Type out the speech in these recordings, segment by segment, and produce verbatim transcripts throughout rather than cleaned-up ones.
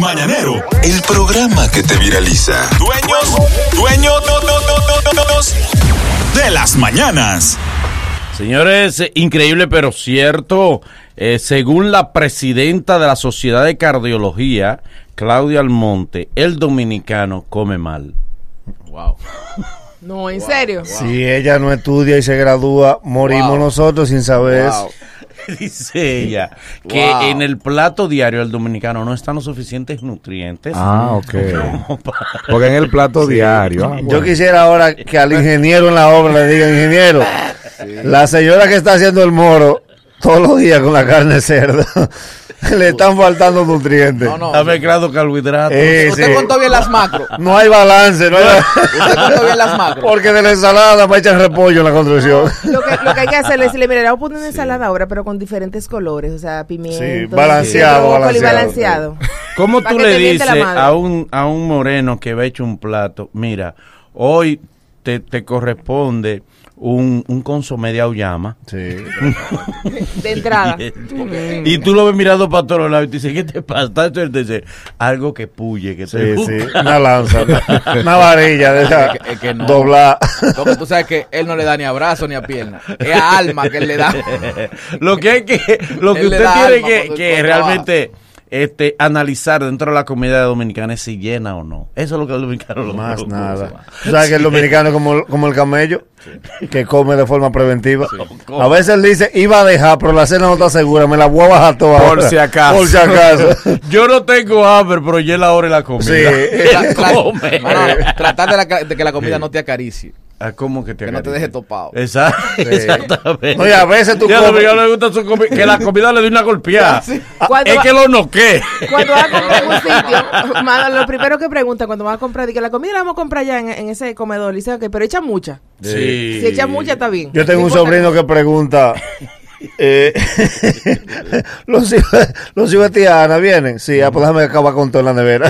Mañanero, el programa que te viraliza. Dueños, dueños no, no, no, no, no, de las mañanas. Señores, increíble pero cierto, eh, según la presidenta de la Sociedad de Cardiología, Claudia Almonte, el dominicano come mal. Wow. No, ¿en wow, serio? wow. Si ella no estudia y se gradúa, morimos wow. nosotros sin saber. Wow. Dice ella que wow. en el plato diario del dominicano no están los suficientes nutrientes. Ah, ok. Porque en el plato sí. diario. Ah, bueno. Yo quisiera ahora que al ingeniero en la obra le diga, ingeniero, sí. la señora que está haciendo el moro todos los días con la carne de cerdo, le están faltando nutrientes. No, no. Ha mezclado carbohidratos. Eh, Usted sí. contó bien las macros. No hay balance, no hay Usted contó bien las macros. porque de la ensalada me echan repollo en la construcción. Lo que, lo que hay que hacer es decirle, mire, le vamos a poner una ensalada ahora, pero con diferentes colores, o sea, pimiento, Sí, balanceado, brócoli, balanceado. balanceado. ¿Cómo Para tú que le te miente la dices madre. a un, a un moreno que va hecho un plato, mira, hoy te, te corresponde un, un consomé de auyama? Sí. De entrada. Y tú lo ves mirando para todos lados y te dice, ¿qué te pasa? Te dice, algo que puye, que te Sí, sí, una lanza, una varilla de esa Es que- es que no. doblar. Porque tú sabes que él no le da ni abrazo ni a pierna. Es a alma que él le da. Lo que hay que, lo que Él le usted da tiene alma que, cuando- que cuando realmente este, analizar dentro de la comida dominicana es si llena o no. Eso es lo que el dominicano lo Más lo- nada. Tú sabes que el dominicano es como, como el camello, que come de forma preventiva. Sí. A veces él dice, iba a dejar, pero la cena no está segura, me la voy a bajar toda. Por ahora. si acaso. Por si acaso. Yo no tengo hambre, pero ya es la hora de la comida. Sí. Tra- tra- Come. no, no, tratar de, la ca- de que la comida no te acaricie. Ah, ¿cómo que te Que no te acaricia? deje topado. Exacto, exactamente. No, y a veces tú Ya a comes- los dominicano le gusta su comi- que la comida le dé una golpeada. Sí. Cuando Es va- que lo noqué. Cuando vas a comprar en un sitio, mano, lo primero que pregunta cuando vas a comprar, dice que la comida la vamos a comprar ya en, en ese comedor. Y dice, ok, pero echa mucha. Sí. Si echa mucha, está bien. Yo tengo No un importa sobrino que pregunta, eh, los hijos, los hijos de tía Ana vienen. Sí, ah, pues déjame acabar con todo en la nevera.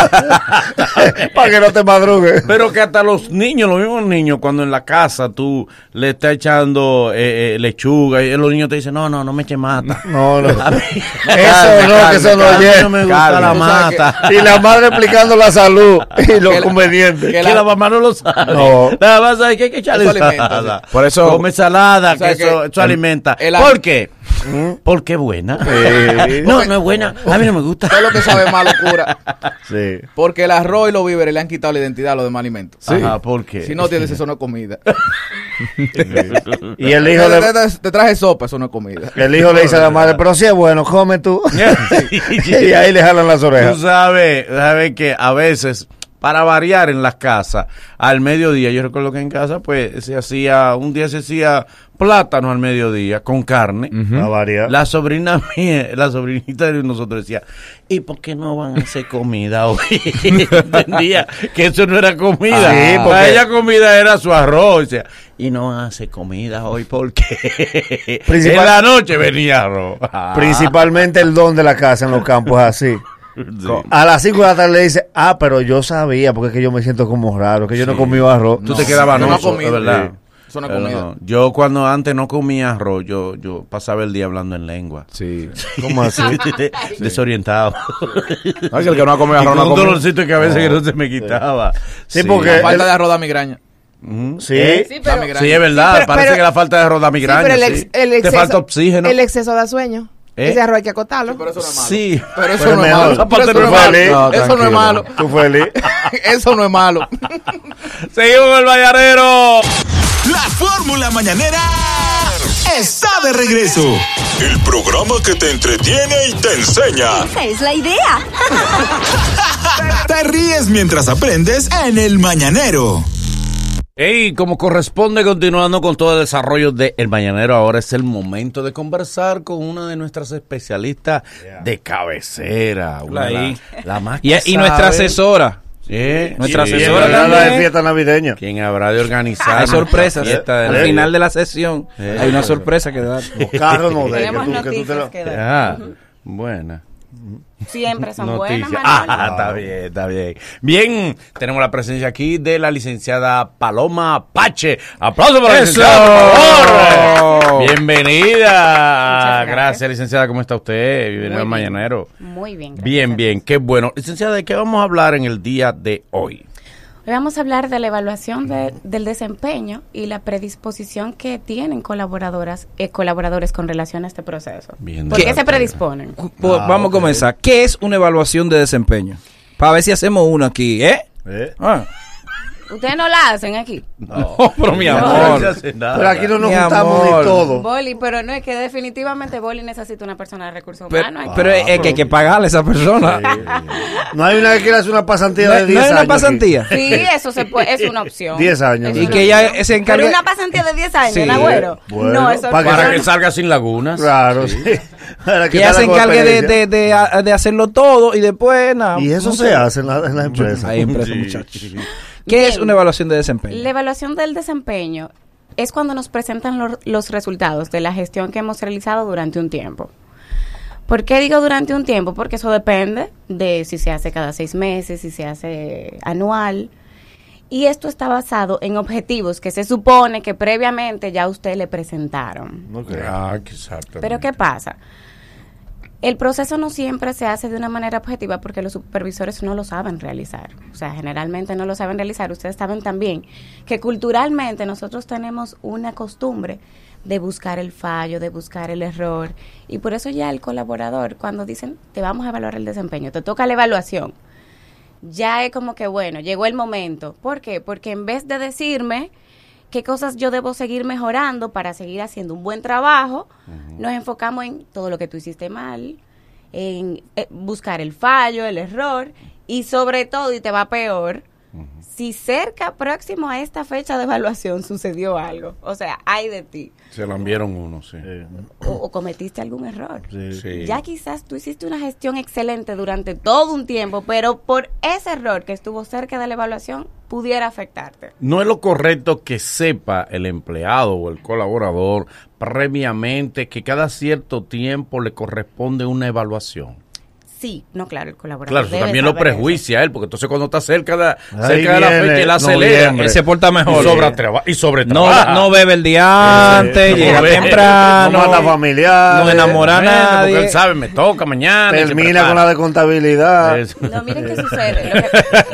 Para que no te madrugue. Pero que hasta los niños, los mismos niños, cuando en la casa tú le estás echando eh, eh, lechuga y los niños te dicen, no, no, no me eche mata. No, no. A mí- Eso no, que eso no a mí oye. no me gusta Calma. la Tú sabes mata. Y la madre explicando la salud y los Que la- convenientes. Que la, mamá no lo sabe. No. La mamá sabe que hay que echarle Eso alimenta, ensalada. sí. Por eso- Come ensalada, O que sea eso, que eso el- alimenta. el- ¿Por qué? Porque es buena. Sí. No, no es buena. A mí no me gusta. Todo lo que sabe malo cura. Sí. Porque el arroz y los víveres le han quitado la identidad a los demás alimentos. Ajá, ¿por qué? Si no tienes eso no es comida. Y el hijo te, de, te- te traje sopa, eso no es comida. el hijo le dice a la madre, pero si es bueno, come tú. Y ahí le jalan las Tú orejas. sabes, sabes que a veces, para variar en las casas, al mediodía, yo recuerdo que en casa, pues, se hacía, un día se hacía plátano al mediodía con carne. A variar. La sobrina mía, la sobrinita de nosotros decía, ¿y por qué no van a hacer comida hoy? Entendía que eso no era comida. Ah, sí, Para porque- ella comida era su arroz. Decía, y no van a hacer comida hoy porque Principal- en la noche venía arroz. Ah. Principalmente el don de la casa en los campos es así. Sí. A las cinco de la tarde le dice, ah, pero yo sabía, porque es que yo me siento como raro, que yo no he comido arroz. Tú No, te quedabas yo no he noso, comido. es verdad. Eso no es Pero comida. no, yo cuando antes no comía arroz, yo, yo pasaba el día hablando en lengua. Sí. ¿Cómo así? Desorientado. No, es que el que no ha comido Y arroz con no ha un comido. dolorcito que a veces que no se me quitaba. Sí, porque- La falta el- de arroz da migraña. Ujú. Sí. ¿Eh? Sí, Da pero, migraña. Sí, es verdad. Sí, pero- Parece pero- que la falta de arroz da migraña. sí, pero el, ex- sí. el Te exceso, falta oxígeno. el exceso da sueño. ¿Eh? Ese arroz hay que acotarlo. Pero eso no es malo. Sí. Pero eso Pero no es mejor. malo. Aparte Pero eso no no es es malo. malo. No, Eso no es tranquilo. malo. Tú feliz. Eso no es malo. Seguimos con el Mañanero. La fórmula mañanera está de regreso. El programa que te entretiene y te enseña. Esa es la idea. Te ríes mientras aprendes en el Mañanero. Hey, como corresponde, continuando con todo el desarrollo de El Mañanero, ahora es el momento de conversar con una de nuestras especialistas de cabecera. Una de Ahí. la, la más Y, que y nuestra sabe. asesora. Sí, Nuestra sí, asesora sí. Nada de también. fiesta navideña. Quien habrá de organizar Hay nuestra sorpresas. fiesta de Al Navidad. final de la sesión Sí. hay una sorpresa que dar. Los carros no de Tenemos que tú, que tú te noticias lo- que dar. Ah, buena. Siempre son Noticias. buenas, Manolo. Ah, está bien, está bien. Bien, tenemos la presencia aquí de la licenciada Paloma Pache. Aplauso para la ¡Eso! licenciada, por favor. Bienvenida. Muchas gracias. Gracias, licenciada. ¿Cómo está usted? Bienvenida al Muy bien. Mañanero. Muy bien. gracias Bien, a bien, Dios. qué bueno. Licenciada, ¿de qué vamos a hablar en el día de hoy? Hoy vamos a hablar de la evaluación de- del desempeño y la predisposición que tienen colaboradoras, eh, colaboradores con relación a este proceso. Bien, ¿Por qué doctora. se predisponen? Pues, vamos a comenzar. ¿Qué es una evaluación de desempeño? Para ver si hacemos uno aquí, ¿eh? ¿Eh? Ah. Ustedes no la hacen aquí. No, pero mi No. amor. No se hace nada. Pero aquí no nos Mi juntamos amor. ni todo. Boli, pero no es que definitivamente Boli necesita una persona de recursos Pero, humanos. aquí. pero es, es que hay que pagarle a esa persona. No hay una que quiera hacer una pasantía No, de no diez hay años. una aquí. pasantía. Sí, eso se puede, es una opción. diez años. Es Y una que ella opción. se encargue- Pero una pasantía de diez años, Sí. Nagüero. Bueno, no, eso para Para que que salga sin lagunas. Claro, sí. Para Que ella salga se con encargue de, experiencia. de, de, a- de hacerlo todo y después nada. Y eso no se sé. hace en la, en la empresa. Hay empresas, Sí. muchachos. ¿Qué Bien. es una evaluación de desempeño? La evaluación del desempeño es cuando nos presentan lo- los resultados de la gestión que hemos realizado durante un tiempo. ¿Por qué digo durante un tiempo? Porque eso depende de si se hace cada seis meses, si se hace anual. Y esto está basado en objetivos que se supone que previamente ya a usted le presentaron. Ok. Ah, exacto. Pero ¿qué pasa? El proceso no siempre se hace de una manera objetiva porque los supervisores no lo saben realizar. O sea, generalmente no lo saben realizar. Ustedes saben también que culturalmente nosotros tenemos una costumbre de buscar el fallo, de buscar el error. Y por eso ya el colaborador, cuando dicen, te vamos a evaluar el desempeño, te toca la evaluación, ya es como que, bueno, llegó el momento. ¿Por qué? Porque en vez de decirme qué cosas yo debo seguir mejorando para seguir haciendo un buen trabajo, uh-huh. nos enfocamos en todo lo que tú hiciste mal, en eh, buscar el fallo, el error, y sobre todo, y te va peor, uh-huh. si cerca, próximo a esta fecha de evaluación sucedió algo, o sea, hay de ti. Se la enviaron uno, sí. Sí. O, o cometiste algún error. Sí. Sí. Ya quizás tú hiciste una gestión excelente durante todo un tiempo, pero por ese error que estuvo cerca de la evaluación, pudiera afectarte. No es lo correcto que sepa el empleado o el colaborador previamente que cada cierto tiempo le corresponde una evaluación. Sí, no, claro, el colaborador Claro, eso debe también lo saber eso. prejuicia a él, porque entonces cuando está cerca de, Ahí cerca de la viene fecha, él acelera. noviembre. Él se porta mejor. Y sobre, traba- y sobre No, trabaja. no bebe el día antes, no llega bebe, temprano. No mata familiares. no enamora a Exactamente, nadie. Porque él sabe, me toca mañana. y se Termina prepara. con la de contabilidad. Eso. No, miren qué sucede. Lo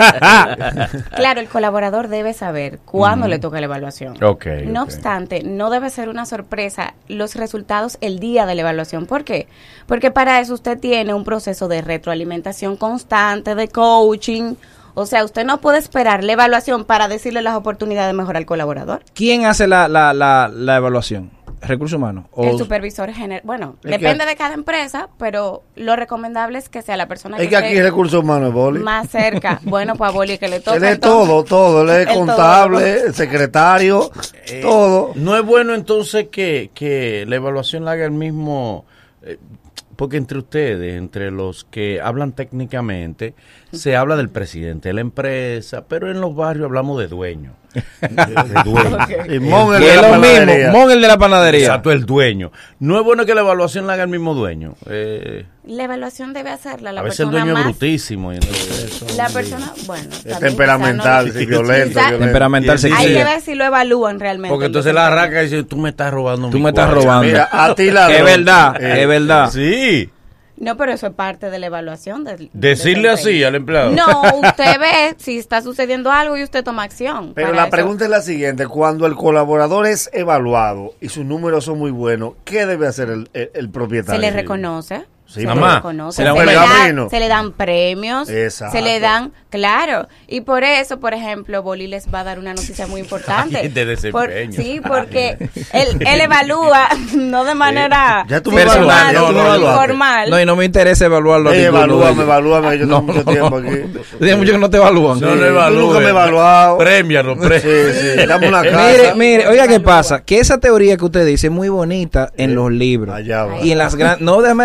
que- claro, el colaborador debe saber cuándo le toca la evaluación. Ok, No ok. obstante, no debe ser una sorpresa los resultados el día de la evaluación. ¿Por qué? Porque para eso usted tiene un proceso de retroalimentación constante, de coaching. O sea, usted no puede esperar la evaluación para decirle las oportunidades de mejorar al colaborador. ¿Quién hace la, la, la, la evaluación? ¿Recursos humanos? O- El supervisor general. Bueno, Es depende que- de cada empresa, pero lo recomendable es que sea la persona Es que, que aquí esté es recursos humanos, Boli. más cerca. Bueno, pues a Boli que le toca. Él es entonces. todo, todo. Él es El contable, secretario, Eh, todo. No es bueno entonces que, que la evaluación la haga el mismo, eh, porque entre ustedes, entre los que hablan técnicamente, se habla del presidente de la empresa, pero en los barrios hablamos de dueño. De, de dueño. Y Mon, el que de es la lo panadería. mismo, Mon el de la panadería. Exacto, el dueño. No es bueno que la evaluación la haga el mismo dueño. Eh, La evaluación debe hacerla la a veces el persona dueño es más. brutísimo. Y entonces eso- La persona, bueno, Es también temperamental, quizá no- sí, violento, Quizá- violento. Temperamental, Y sí, él Hay sí. dice, que ver si lo evalúan realmente. Porque el entonces la desempeño. arranca y dice, tú me estás robando Tú mi me estás cuarto". robando. Mira, a ti la Es verdad, Eh, es verdad. Sí. No, pero eso es parte de la evaluación. Del, Decirle del así al empleado. No, usted ve si está sucediendo algo y usted toma acción. Pero Para la eso- pregunta es la siguiente: cuando el colaborador es evaluado y sus números son muy buenos, ¿qué debe hacer el, el, el propietario? se le reconoce. Sí, se mamá, le reconoce. se le da Se, un le pergamino. da- se le dan premios. Exacto. Se le dan, claro. Y por eso, por ejemplo, Boli les va a dar una noticia muy importante. Ay, de desempeño. Por- sí, porque él, él evalúa, no de manera Ya tú me Personal, evaluaste, ya tú me no, no, evaluaste. informal. No, y no me interesa evaluarlo. a Ey, ninguno de evalúame, ellos. evalúame, que yo No, tengo mucho no. tiempo aquí. Tiene mucho que no te evalúan. No, Sí, no tú evalúe. nunca me he evaluado. Premialo, Sí, premialo. sí, dame una casa. Mire, mire, oiga qué Evalúa. pasa, que esa teoría que usted dice es muy bonita en los libros Allá va. y en las grandes, no déjame decirle,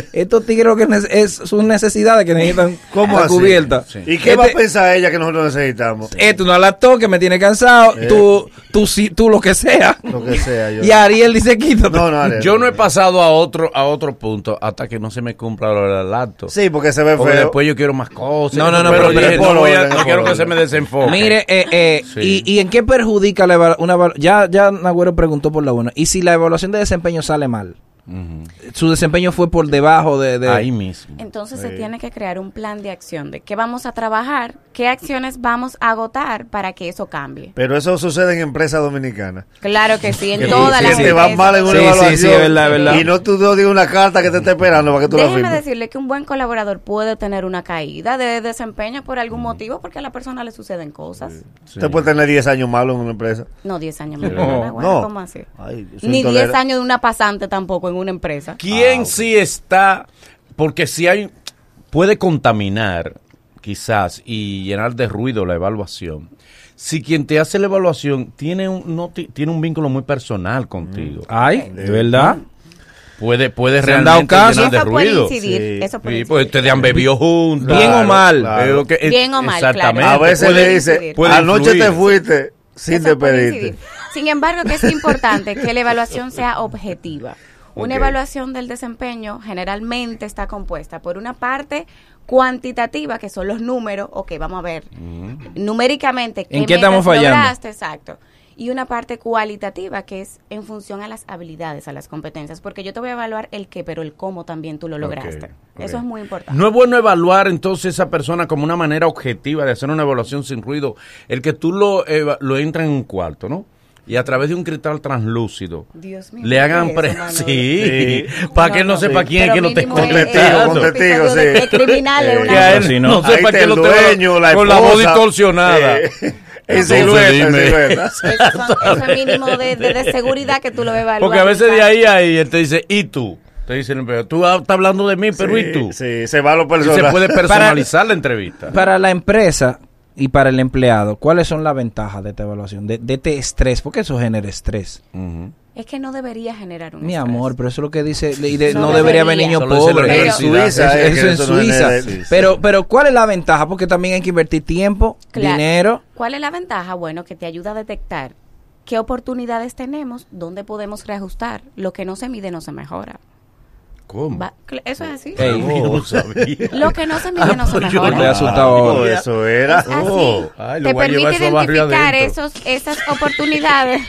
estos tigres lo que nece- es sus necesidades que necesitan ¿Cómo la así? cubierta. Sí. ¿Y qué Este- va a pensar ella que nosotros necesitamos? Esto no la que me tiene cansado, Eh. tú, tú, sí, tú lo que sea. Lo que sea. Yo. Y Ariel dice, quítate. No, no, Ariel. Yo no he pasado a otro a otro punto hasta que no se me cumpla lo del lacto. Sí, porque se ve Porque feo. después yo quiero más cosas. No, no, no, pero, pero dije, tenés no, voy a- polo, no tenés quiero polo. que se me desenfoque. Mire, eh, eh, Sí. y, y en qué perjudica la eva- una eva- ya ya Nagüero preguntó por la buena. Y si la evaluación de desempeño sale mal, Ujú. su desempeño fue por debajo de, de- Ahí mismo. Entonces se tiene que crear un plan de acción de qué vamos a trabajar, qué acciones vamos a agotar para que eso cambie. Pero eso sucede en empresas dominicanas. Claro que sí, en Que todas tú- las que te va empresas. mal en una Sí, sí, evaluación. sí, es verdad, es verdad. Y no tú no digas una carta que te esté esperando para que tú la Déjeme firmes. decirle que un buen colaborador puede tener una caída de desempeño por algún motivo porque a la persona le suceden cosas. Usted puede tener diez años malos en una empresa. No, diez años. No, No, no. ¿Cómo así? Ay, yo soy Ni diez intolerante. años de una pasante tampoco en una empresa. ¿Quién sí está? Porque si hay, puede contaminar quizás y llenar de ruido la evaluación. Si quien te hace la evaluación tiene un, no ti- tiene un vínculo muy personal contigo, Ay, de verdad. puede, puede ¿Se han dado realmente casos? llenar de Eso puede ruido. incidir. Sí. Eso puede Sí, incidir. pues ustedes han bebido juntos. Bien o mal. claro. Es lo que- Bien o mal, exactamente. claro. A veces Puede le dice, incidir. puede anoche influir. te fuiste sin Eso puede despedirte. incidir. Sin embargo, que es importante que la evaluación sea objetiva. Una Ok. evaluación del desempeño generalmente está compuesta por una parte cuantitativa, que son los números, ok, vamos a ver numéricamente ¿En qué estamos metas fallando? lograste, exacto. Y una parte cualitativa, que es en función a las habilidades, a las competencias, porque yo te voy a evaluar el qué, pero el cómo también tú lo lograste. Ok, ok. Eso es muy importante. No es bueno evaluar entonces esa persona como una manera objetiva de hacer una evaluación sin ruido. El que tú lo, eva- lo entras en un cuarto, ¿no? Y a través de un cristal translúcido Dios mío, le hagan ¿qué es pre eso, Manolo? sí, Sí. para No, que él no no, sepa sí. quién es Pero que lo está mínimo es- Con es testigo, un con episodio testigo, de- sí. de criminales, Eh, una que a él Sí, no, ¿no? sepa Ahí está que el lo tenga dueño, la con la voz esposa. distorsionada. Eh, en Entonces, silueta, en dime. silueta. Eso, son- eso es mínimo de, de, de seguridad que tú lo evalúas. Porque a veces de ahí a ahí él te dice, ¿y tú? Te dice el empleado, tú ah, estás hablando de mí, pero ¿y tú? Sí, se va a los Y personajes. se puede personalizar la entrevista. Para la empresa y para el empleado, ¿cuáles son las ventajas de esta evaluación? De, de este estrés, porque eso genera estrés. Ujú. Es que no debería generar un Mi estrés. amor, pero eso es lo que dice, y de- no, No debería debería. haber niños Solo dice la pobres. universidad. Suiza, Eso, eh, eso que en eso no Suiza. es de- pero, pero ¿cuál es la ventaja? Porque también hay que invertir tiempo, Claro. dinero. ¿Cuál es la ventaja? Bueno, que te ayuda a detectar qué oportunidades tenemos, dónde podemos reajustar. Lo que no se mide no se mejora. ¿Cómo? Va- cl- eso es así. Ey. Yo no sabía. Lo que no se mide no se pues yo mejora. Estoy asustado Oh, ahora. eso era. Es así. Oh, ay, lo Te voy a llevar permite eso a barrio identificar adentro. esos, esas oportunidades.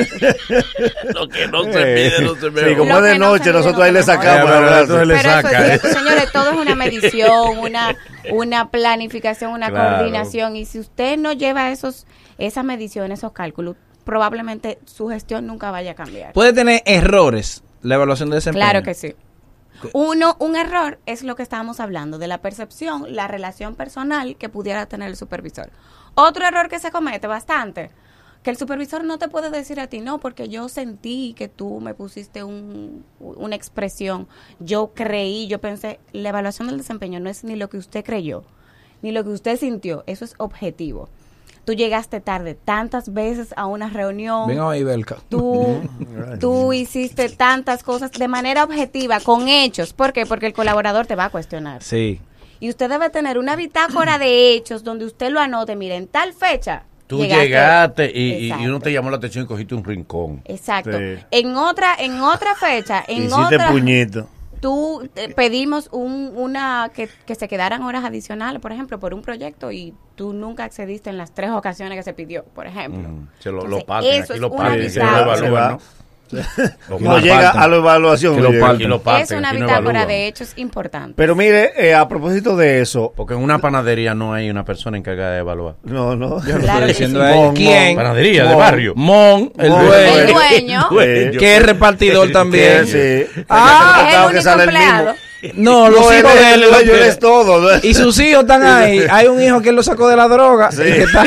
Lo que no Eh, se mide, no se sí, como Lo es de que no se noche, mide, nosotros no ahí se le mejora. sacamos. Ya, la pero verdad. entonces le Pero eso saca, es ¿eh? cierto, señores, todo es una medición, una, una planificación, una Claro. coordinación. Y si usted no lleva esos, esas mediciones, esos cálculos, probablemente su gestión nunca vaya a cambiar. Puede tener errores la evaluación de desempeño. Claro que sí. Uno, un error es lo que estábamos hablando, de la percepción, la relación personal que pudiera tener el supervisor. Otro error que se comete bastante, que el supervisor no te puede decir a ti, no, porque yo sentí que tú me pusiste un, una expresión, yo creí, yo pensé, la evaluación del desempeño no es ni lo que usted creyó, ni lo que usted sintió, eso es objetivo. Tú llegaste tarde tantas veces a una reunión. Venga ahí, Belka. Tú, tú hiciste tantas cosas de manera objetiva, con hechos. ¿Por qué? Porque el colaborador te va a cuestionar. Sí. Y usted debe tener una bitácora de hechos donde usted lo anote. Mire, en tal fecha. Tú llegaste, y, y- y Exacto. uno te llamó la atención y cogiste un rincón. Exacto. Sí. En otra, en otra fecha, en Hiciste otra, puñito. tú eh, pedimos un, una que, que se quedaran horas adicionales, por ejemplo, por un proyecto y tú nunca accediste en las tres ocasiones que se pidió, por ejemplo. Mm, se lo, Entonces, lo parten, eso aquí es lo una parten, se lo bitácora. Se evalúan, va. ¿no? Lo No parten. llega a la evaluación. Que no lo llega. Aquí lo parten, es una aquí no bitácora evalúan. de hechos importante. Pero mire, eh, a propósito de eso, Porque en una panadería no hay una persona encargada de evaluar. no, no. Yo le Claro estoy que diciendo sí. a él. Mon, ¿Quién? Panadería de Mon. barrio. Mon, el Mon. dueño. El dueño. Dueño. Que es repartidor también. Sí. Ah, Claro es que el sale único el mismo. empleado. No, los No, hijos él es de él. el dueño, él es todo. ¿no? Y sus hijos están ahí. Hay un hijo que él lo sacó de la droga. Sí. Y que está,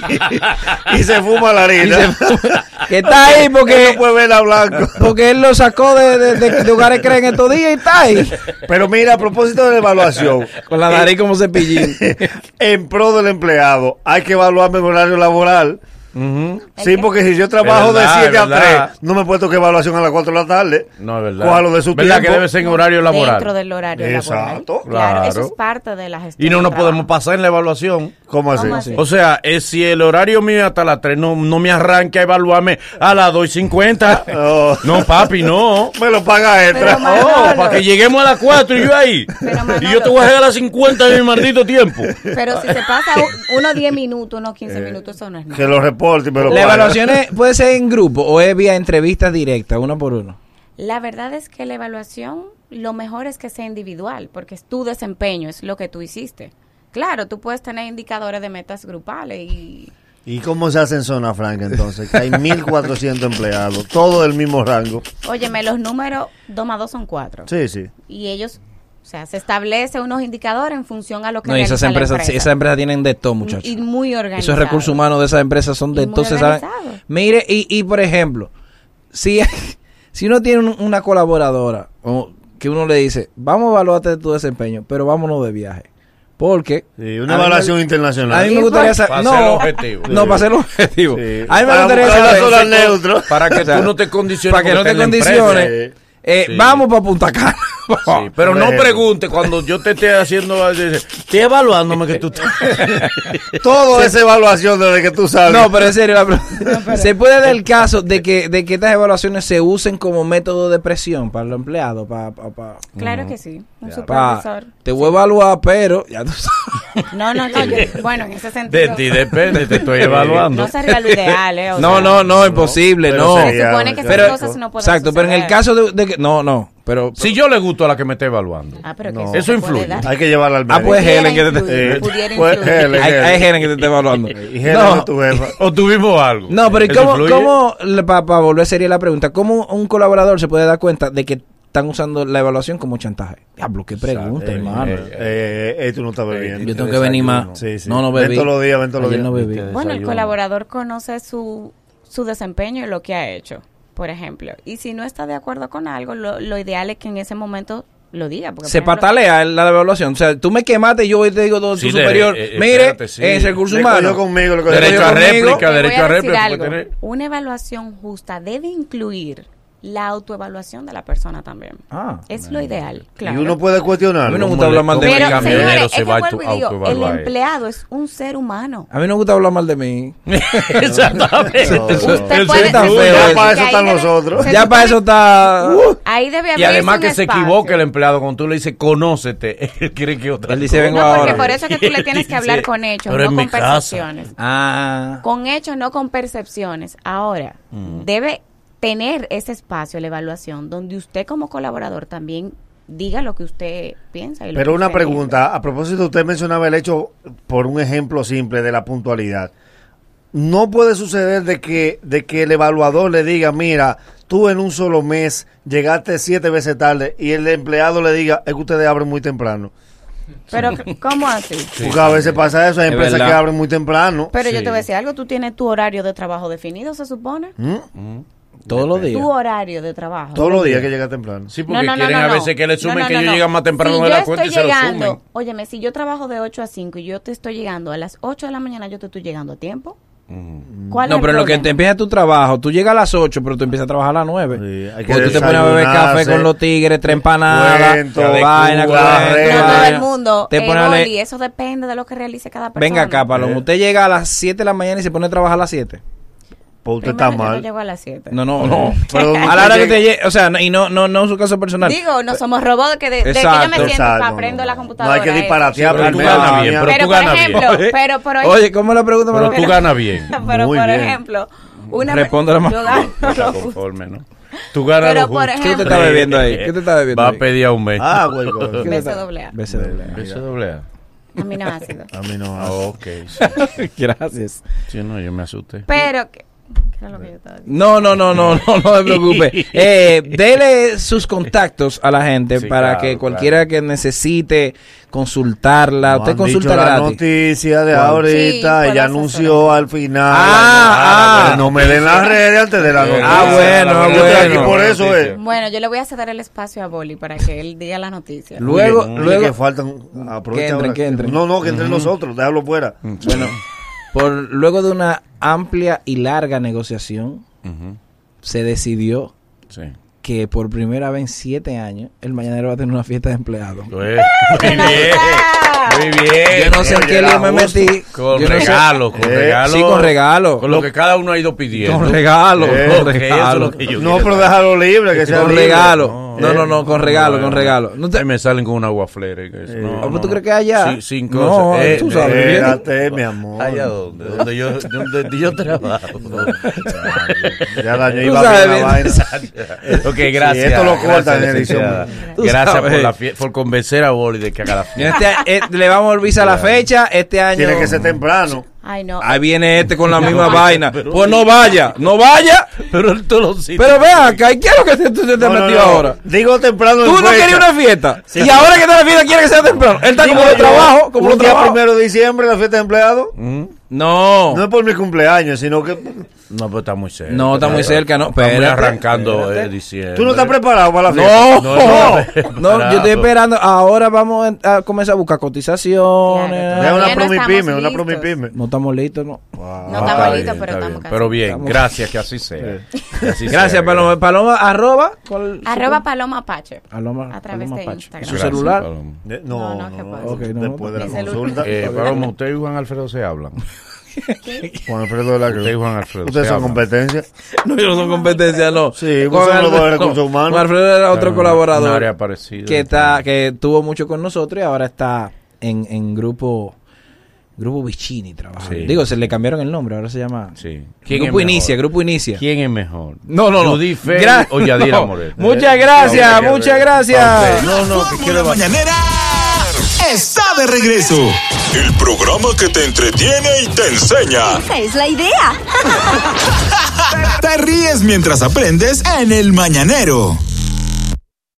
Y se fuma la y harina. se- que está ahí Él porque, no puede ver a blanco. porque él lo sacó de, de, de, de hogares creen estos días y está ahí. Pero mira, a propósito de la evaluación, Con la nariz como cepillín. en pro del empleado, hay que evaluarme en horario laboral. Ujú. Sí, porque si yo trabajo Es verdad, de siete es a verdad. tres, no me puedo tocar evaluación a las cuatro de la tarde. No, es verdad. Cójalo de su ¿Verdad tiempo. que debe ser en horario laboral? Dentro del horario Exacto. laboral. Claro, eso Claro. es parte de la gestión. Y no del nos podemos trabajo. pasar en la evaluación. ¿Cómo así? ¿Cómo así? O sea, es si el horario mío es hasta las tres, no, no me arranque a evaluarme a las dos y cincuenta. Oh. No, papi, no. Me lo paga extra. Pero, Manolo. Oh, para que lleguemos a las cuatro y yo ahí. Pero, Manolo. Y yo te voy a dejar a las cincuenta de mi maldito tiempo. Pero si se pasa u- unos diez minutos, unos quince minutos, eso no es nada. Que lo reporte y me lo La paga. evaluación es- puede ser en grupo o es vía entrevistas directas, uno por uno. La verdad es que la evaluación, lo mejor es que sea individual, porque es tu desempeño, es lo que tú hiciste. Claro, tú puedes tener indicadores de metas grupales y... ¿Y cómo se hace en Zona Franca entonces? Que hay mil cuatrocientos empleados, todo del mismo rango. Óyeme, los números dos más dos son cuatro. Sí, sí. Y ellos, o sea, se establece unos indicadores en función a lo que No, y esas realiza la empresas, empresa. esas empresas tienen de todo, muchachos. Y muy organizados. Esos recursos humanos de esas empresas son de Y muy todo, se saben. organizados. Mire, y, y por ejemplo, si, si uno tiene un- una colaboradora o que uno le dice, vamos a evaluarte tu desempeño, pero vámonos de viaje. Porque... Sí, una a mí evaluación me- internacional. A mí me ¿Y gustaría por- saber... Para No, ser objetivo. no, para ser objetivo. Sí. A mí me Para gustaría buscar la saber... zona neutro. Para que O sea, tú no te condiciones. para que no porque te está en la condiciones. empresa. Eh, Sí. Vamos para Punta Cana. Sí, pero Por no ejemplo. pregunte cuando yo te esté haciendo, estoy evaluándome que tú estás. Todo esa evaluación desde que tú sabes. No, pero en serio, la pre- se puede dar el caso de que, de que estas evaluaciones se usen como método de presión para los empleados, para, para, para, Claro que sí, un para- supervisor. te voy a evaluar, pero ya tú sabes. No, no, no, yo- bueno, en ese De sentido... ti depende, te estoy evaluando. No sería lo ideal, ¿eh? O No, sea, no, no, imposible, pero no. sería- Se supone que esas Pero- cosas no pueden Exacto, pero en el suceder. caso de, de que no, no, pero Si yo le gusto a la que me esté evaluando. Ah, pero que No. se Eso puede influye. dar. Hay que llevarla al ah, médico. pues Pudiera Helen que te, influir, Eh, pudiera pues, influir. Helen. hay, hay Helen que te está evaluando. Y Helen No. es tu jefa. O tuvimos algo. No, pero ¿y ¿Eso cómo, influye? cómo para volver sería la pregunta, cómo un colaborador se puede dar cuenta de que están usando la evaluación como chantaje? Diablo, qué pregunta, Eh, hermano. eh, Eh, eh, tú no estás bebiendo. Yo tengo que venir más. Sí, sí. No, no Ven bebí. todos los días, ven todos los Ayer días. no bebí. Bueno, el Desayuno. colaborador conoce su, su desempeño y lo que ha hecho, por ejemplo. Y si no está de acuerdo con algo, lo, lo ideal es que en ese momento lo diga. Porque, Se por ejemplo, patalea en la evaluación. O sea, tú me quemaste y yo voy y te digo todo Sí, tu de- superior. eh, eh, Mire, espérate, sí. es recurso Le humano. cogió conmigo, le cogió Derecho a conmigo. réplica, te voy derecho a a decir réplica. algo. puede tener. Una evaluación justa debe incluir la autoevaluación de la persona también. Ah. Es lo ideal, claro. Y uno puede cuestionar. A mí no me gusta hablar mal de Pero, mí. camionero señores, es se que va a vuelvo y digo, el autoevaluar él. empleado es un ser humano. A mí no me gusta hablar mal de mí. Exactamente. No, no. Usted El puede ser tan se feo supone es. Para que eso ahí están debe- nosotros. se Ya supone- para eso está... Ahí debe haber Y además que se espacio. equivoque el empleado cuando tú le dices conócete, él cree que otra Él dice, cosa. vengo No, porque ahora. por eso es que tú le tienes que hablar Sí, con hechos, pero no en con mi casa. percepciones. Ah. Con hechos, no con percepciones. Ahora, debe tener ese espacio, la evaluación, donde usted como colaborador también diga lo que usted piensa. Y lo Pero que una usted pregunta, a propósito, usted mencionaba el hecho, por un ejemplo simple, de la puntualidad. No puede suceder de que, de que el evaluador le diga, mira, tú en un solo mes llegaste siete veces tarde, y el empleado le diga, es que ustedes abren muy temprano. Pero, ¿cómo así? Porque a veces pasa eso, hay Es empresas verdad. que abren muy temprano. Pero yo Sí. te voy a decir algo, tú tienes tu horario de trabajo definido, se supone. ¿Mm? Todos los días. Tu horario de trabajo. Todos los días que llega temprano. Sí, porque quieren a veces que le sumen No, no, que no, ellos no. llegan más temprano Si de yo la cuenta y estoy se lo llegando, sumen. óyeme, si yo trabajo de ocho a cinco y yo te estoy llegando a las ocho de la mañana, yo te estoy llegando a tiempo. ¿Cuál No, es pero el en lo que problema? te empieza tu trabajo, tú llegas a las ocho, pero tú empiezas a trabajar a las nueve. Sí, hay que Porque tú te pones a beber café desayunarse, con los tigres, tres empanadas, cuento, vaina, de cuento, Cuba, No regla. todo vaina. el mundo, Te eh, pones a leer- Boli, eso depende de lo que realice cada persona. Venga acá, Paloma, Eh. usted llega a las siete de la mañana y se pone a trabajar a las siete. Pues usted Primero, está yo no mal. llego a las siete. No, no, no. Pero A la hora que usted te llegue, o sea, no- y no, no, no en su caso personal. Digo, no somos robots que de, de que yo Exacto, me siento, exacto, aprendo no, la no. computadora. No hay que eso. disparatear Pero tú primero. ganas bien, Pero pero Pero tú por ganas ejemplo, bien. pero por ahí- Oye, ¿cómo es la pregunta? Pero Manolo? tú ganas bien. pero Muy por bien. ejemplo, una Respóndele, yo mamá. gano Está lo justo. conforme, ¿no? Tú ganas Pero lo por justo. ¿Qué usted ejemplo, está bebiendo ahí? ¿Qué usted está bebiendo Va a ahí? pedir aumento. Ah, güey, güey. ¿Qué B usted C está- doble A. B C doble A. Eso doble A. aminoácidos. A mí no. Ah, ok, sí. Gracias. Sí, no, yo me asusté. Pero, ¿qué qué era lo que yo estaba diciendo? No, no, no, no, no, no se preocupe. Eh, dele sus contactos a la gente Sí, para claro, que cualquiera que necesite consultarla, No usted han consulta dicho la gratis. noticia de ¿Cuál? ahorita, Sí, ella puedo anunció al final. Ah, ah. pero no me den las redes antes de la noticia. Ah, bueno, Yo estoy bueno. aquí por eso, eh. Bueno, yo le voy a ceder el espacio a Boli para que él diga la noticia. Luego, Oye, luego, que faltan, aprovecha Que entren, ahora. que entren. No, no, que entren nosotros, déjalo fuera. bueno, por luego de una amplia y larga negociación, uh-huh. se decidió sí. que por primera vez en siete años el Mañanero va a tener una fiesta de empleados. Muy bien. Muy bien. Yo no sé en qué lío me metí. Con yo regalo, no con eh, regalo. Sí, con regalo. Con lo que cada uno ha ido pidiendo. Con regalo. Eh, con okay, regalo. No, pero déjalo libre, que sea con libre. regalo. No, no, no, con regalo, con regalo. No te... Ahí me salen con una guaflera. Que eh, no, ¿Tú no, crees no. que allá? Sí, sin no, cosas. Eh, tú sabes. Espérate, mi amor. ¿Allá dónde? Donde yo, donde yo trabajo. Ya la iba a ver la vaina. Ok, gracias. Sí, esto lo cortan en edición. Gracias por, la fie- por convencer a Boli de que haga la fiesta. Este, eh, le vamos a olvidar la fecha. Este año. Tiene que ser temprano. Ay, no. Ahí viene este con la misma vaina. Pero, pues no vaya, no vaya. Pero él todo lo sitio. Pero vean acá, ¿y qué es lo que tú te, te no, metió no, no. ahora? Digo temprano. Tú no querías una fiesta. Sí, y ahora que está la fiesta quiere que sea temprano. Él está Digo como de trabajo, como un de día trabajo. primero de diciembre la fiesta de empleados. ¿Mm? No. No es por mi cumpleaños, sino que... No, pero está muy cerca. No, está muy cerca, no. Estamos arrancando eh, diciembre. ¿Tú no estás preparado para la fiesta? No, no, no, no yo estoy esperando. Ahora vamos a, a comenzar a buscar cotizaciones. Claro, una promipyme, una promipyme. No estamos listos, no. Wow. No estamos listos, pero estamos bien. Pero bien, estamos... gracias, que así sea. Que así gracias, sea, Paloma. Paloma, arroba. ¿cuál, arroba Paloma Pacher. Paloma, a través Paloma de Pacher. Instagram. ¿Su gracias, celular? Paloma. No, no, no, no, no, okay, no después de la consulta. Eh, Paloma, usted y Juan Alfredo se hablan. ¿Qué? Juan Alfredo de la Cruz. Usted y Juan Alfredo. ¿Ustedes son competencia? No, yo no son competencia, no. Sí, vos son los dos de recursos humanos. Juan Alfredo era otro no, colaborador. Un área parecida. Que, está, que tuvo mucho con nosotros y ahora está en, en grupo... Grupo Vicini trabaja. Sí. Digo, se le cambiaron el nombre, ahora se llama. Sí. Grupo Inicia, Grupo Inicia. ¿Quién es mejor? No, no, no. Judy Fe Gra- o Yadira no. Morel. Muchas gracias, no, muchas gracias. No, no, que quiero mañanera. Está de regreso. El programa que te entretiene y te enseña. Esa es la idea. Te ríes mientras aprendes en El Mañanero.